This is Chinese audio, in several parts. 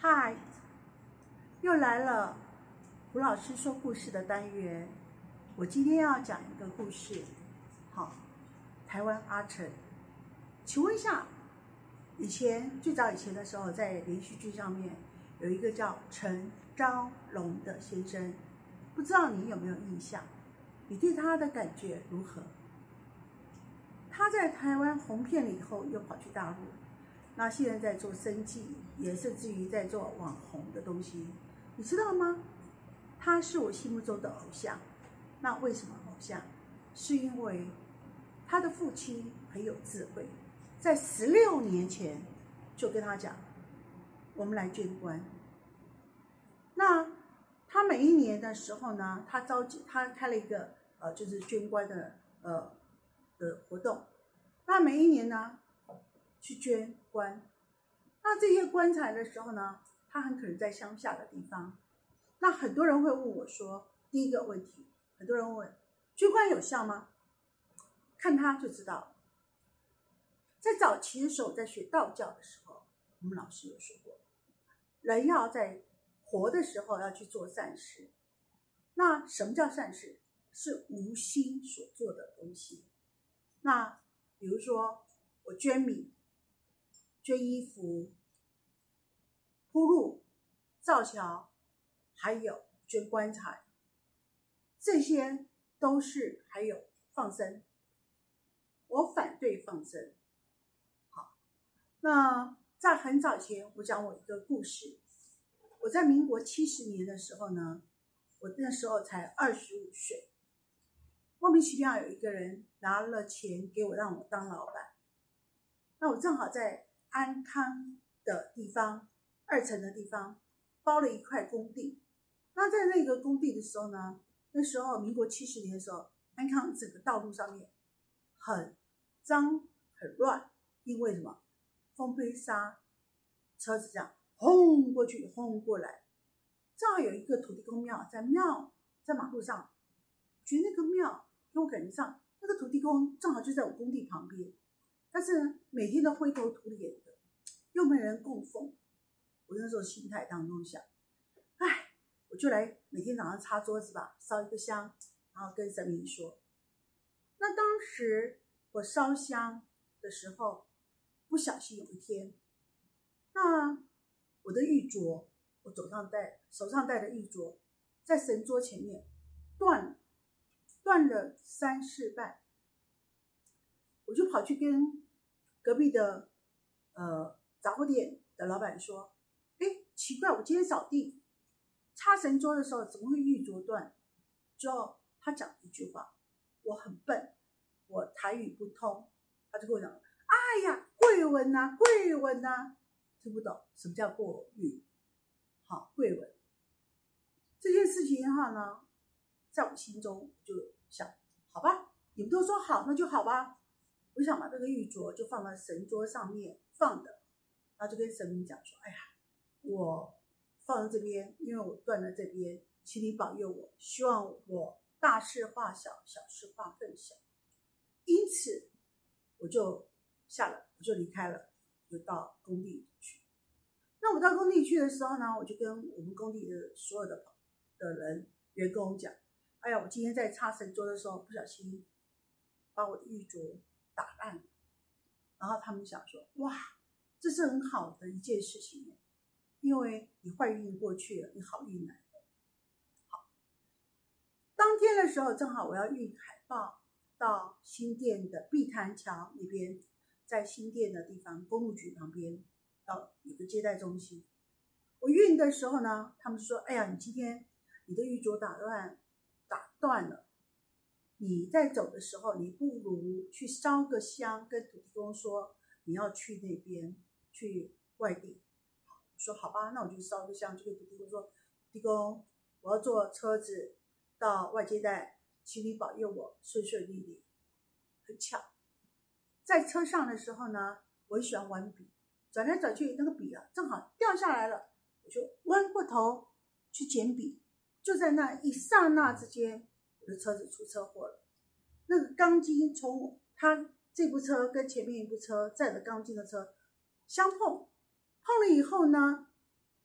嗨，又来了胡老师说故事的单元。我今天要讲一个故事。好，台湾阿成，请问一下，最早以前的时候，在连续剧上面有一个叫陈昭龙的先生，不知道你有没有印象？你对他的感觉如何？他在台湾红遍了以后，又跑去大陆。那现在在做生计，也甚至于在做网红的东西，你知道吗？他是我心目中的偶像。那为什么偶像？是因为他的父亲很有智慧，在16年前就跟他讲，我们来捐官。那他每一年的时候呢，他开了一个就是捐官的活动。那每一年呢，去捐棺，那这些棺材的时候呢，他很可能在乡下的地方。那很多人会问我说，第一个问题，很多人问捐棺有效吗？看他就知道。在早期的时候，在学道教的时候，我们老师有说过，人要在活的时候要去做善事。那什么叫善事？是无心所做的东西。那比如说我捐米、捐衣服、铺路、造桥，还有捐棺材，这些都是，还有放生。我反对放生。好，那在很早前，我讲我一个故事。我在民国70年的时候呢，我那时候才25岁，莫名其妙有一个人拿了钱给我，让我当老板。那我正好在安康的地方，2层的地方包了一块工地。那在那个工地的时候呢，那时候民国70年的时候，安康整个道路上面很脏很乱，因为什么？风吹沙，车子这样轰过去轰过来。正好有一个土地公庙，在马路上，觉得那个庙给我感觉上，那个土地公正好就在我工地旁边，但是呢，每天都灰头土脸的，又没人供奉。我那时候心态当中想，我就来每天早上擦桌子吧，烧一个香，然后跟神明说。那当时我烧香的时候，不小心有一天，那我的玉镯，我手上戴的玉镯，在神桌前面断了3/4瓣。我就跑去跟隔壁的杂货店的老板说，奇怪，我今天扫地擦神桌的时候怎么会玉镯断？就他讲一句话，我很笨，我台语不通，他就跟我讲，哎呀，贵文啊，听不懂什么叫过运。好，贵文这件事情的话呢，在我心中就想，好吧，你们都说好，那就好吧。我想把这个玉镯就放在神桌上面放的，然后就跟神明讲说，我放在这边，因为我断了这边，请你保佑我，希望我大事化小，小事化更小。因此我就离开了，就到工地去。那我到工地去的时候呢，我就跟我们工地的所有的员工讲，我今天在擦神桌的时候不小心把我的玉镯打烂了。然后他们想说，哇，这是很好的一件事情，因为你坏运过去了，你好运来了。好，当天的时候正好我要运海报到新店的碧潭桥那边，在新店的地方公路局旁边有个接待中心。我运的时候呢，他们就说，你今天你的玉镯打断了，你在走的时候，你不如去烧个香，跟土地公说你要去那边，去外地。我说好吧，那我就烧个香，就跟土地公说，土地公，我要坐车子到外接待，请你保佑我顺顺利利。很巧，在车上的时候呢，我很喜欢玩笔，转来转去，那个笔正好掉下来了，我就弯过头去捡笔，就在那一刹那之间，我的车子出车祸了。那个钢筋从他这部车跟前面一部车载着钢筋的车相碰了以后呢，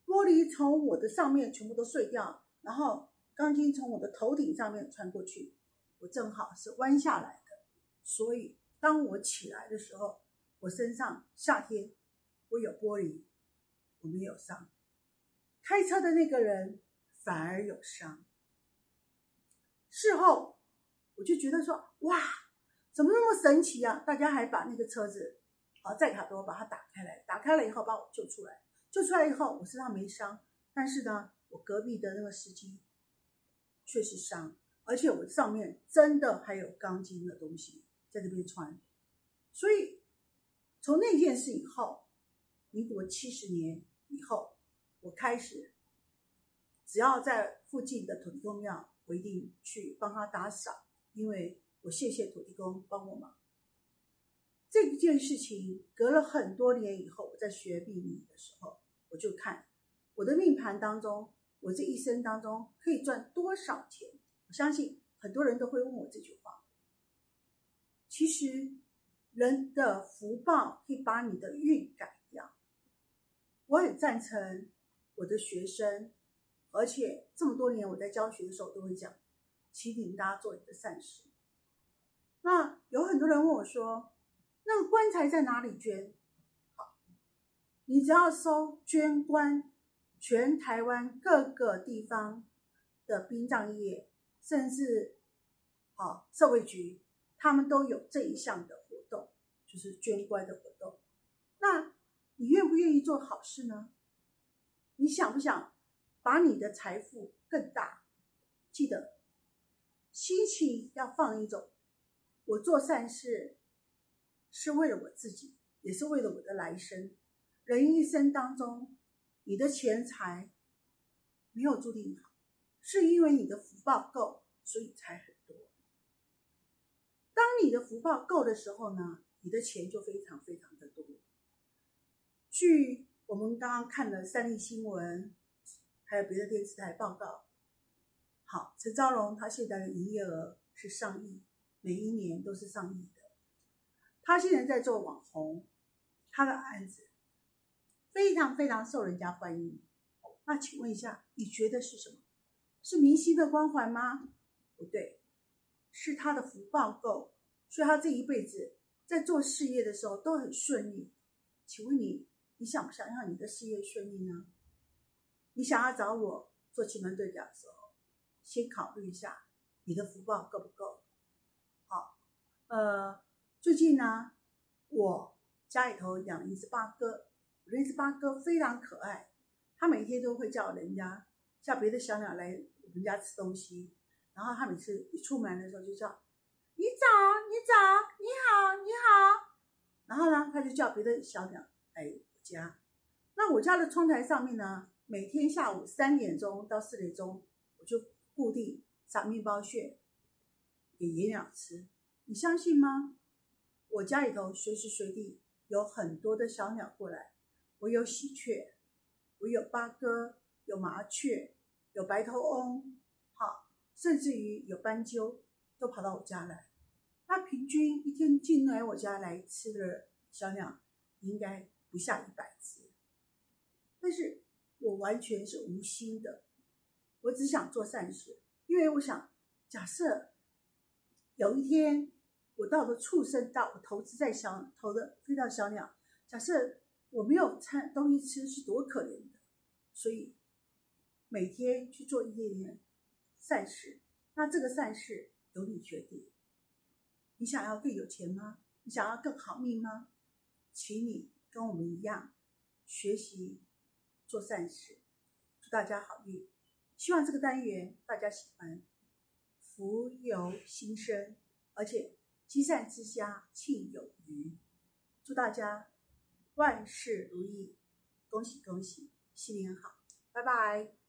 玻璃从我的上面全部都碎掉，然后钢筋从我的头顶上面穿过去，我正好是弯下来的，所以当我起来的时候，我身上夏天我有玻璃，我没有伤。开车的那个人反而有伤。事后我就觉得说，哇，怎么那么神奇啊？大家还把那个车子载卡多把它打开来，打开了以后把我救出来，救出来以后我身上没伤，但是呢，我隔壁的那个司机却是伤，而且我上面真的还有钢筋的东西在这边穿。所以从那件事以后，民国70年以后，我开始只要在附近的土地公庙，我一定去帮他打扫，因为我谢谢土地公帮我忙。这件事情隔了很多年以后，我在学命理的时候，我就看我的命盘当中，我这一生当中可以赚多少钱。我相信很多人都会问我这句话。其实人的福报可以把你的运改掉。我很赞成我的学生，而且这么多年我在教学的时候都会讲，请你们大家做你的善事。那有很多人问我说，那个棺材在哪里捐？好，你只要搜捐棺，全台湾各个地方的殡葬业，甚至社会局，他们都有这一项的活动，就是捐棺的活动。那你愿不愿意做好事呢？你想不想把你的财富更大？记得心情要放一种，我做善事是为了我自己，也是为了我的来生。人一生当中，你的钱财没有注定好，是因为你的福报够，所以才很多。当你的福报够的时候呢，你的钱就非常非常的多。据我们刚刚看的三立新闻，还有别的电视台报告，好，陈昭荣他现在的营业额是上亿，每一年都是上亿的。他现在在做网红，他的案子非常非常受人家欢迎。那请问一下，你觉得是什么？是明星的光环吗？不对，是他的福报够，所以他这一辈子在做事业的时候都很顺利。请问你想不想要你的事业顺利呢？你想要找我做奇门遁甲的时候，先考虑一下你的福报够不够。好，最近呢，我家里头养了一只八哥，我的一只八哥非常可爱，它每天都会叫人家，叫别的小鸟来我们家吃东西，然后它每次一出门的时候就叫你早，你早，你好，你好，然后呢，它就叫别的小鸟来我家。那我家的窗台上面呢，每天下午3点钟到4点钟，我就固定撒面包屑给野鸟吃。你相信吗？我家里头随时随地有很多的小鸟过来，我有喜鹊，我有八哥，有麻雀，有白头翁，甚至于有斑鸠都跑到我家来。那平均一天进来我家来吃的小鸟应该不下100只。但是我完全是无心的，我只想做善事，因为我想，假设有一天我到了畜生道，我投资在飞到小鸟，假设我没有东西吃是多可怜的。所以每天去做一点点善事，那这个善事由你决定。你想要更有钱吗？你想要更好命吗？请你跟我们一样学习做善事。祝大家好运，希望这个单元大家喜欢，福由心生，而且积善之家庆有余。祝大家万事如意，恭喜恭喜，新年好，拜拜。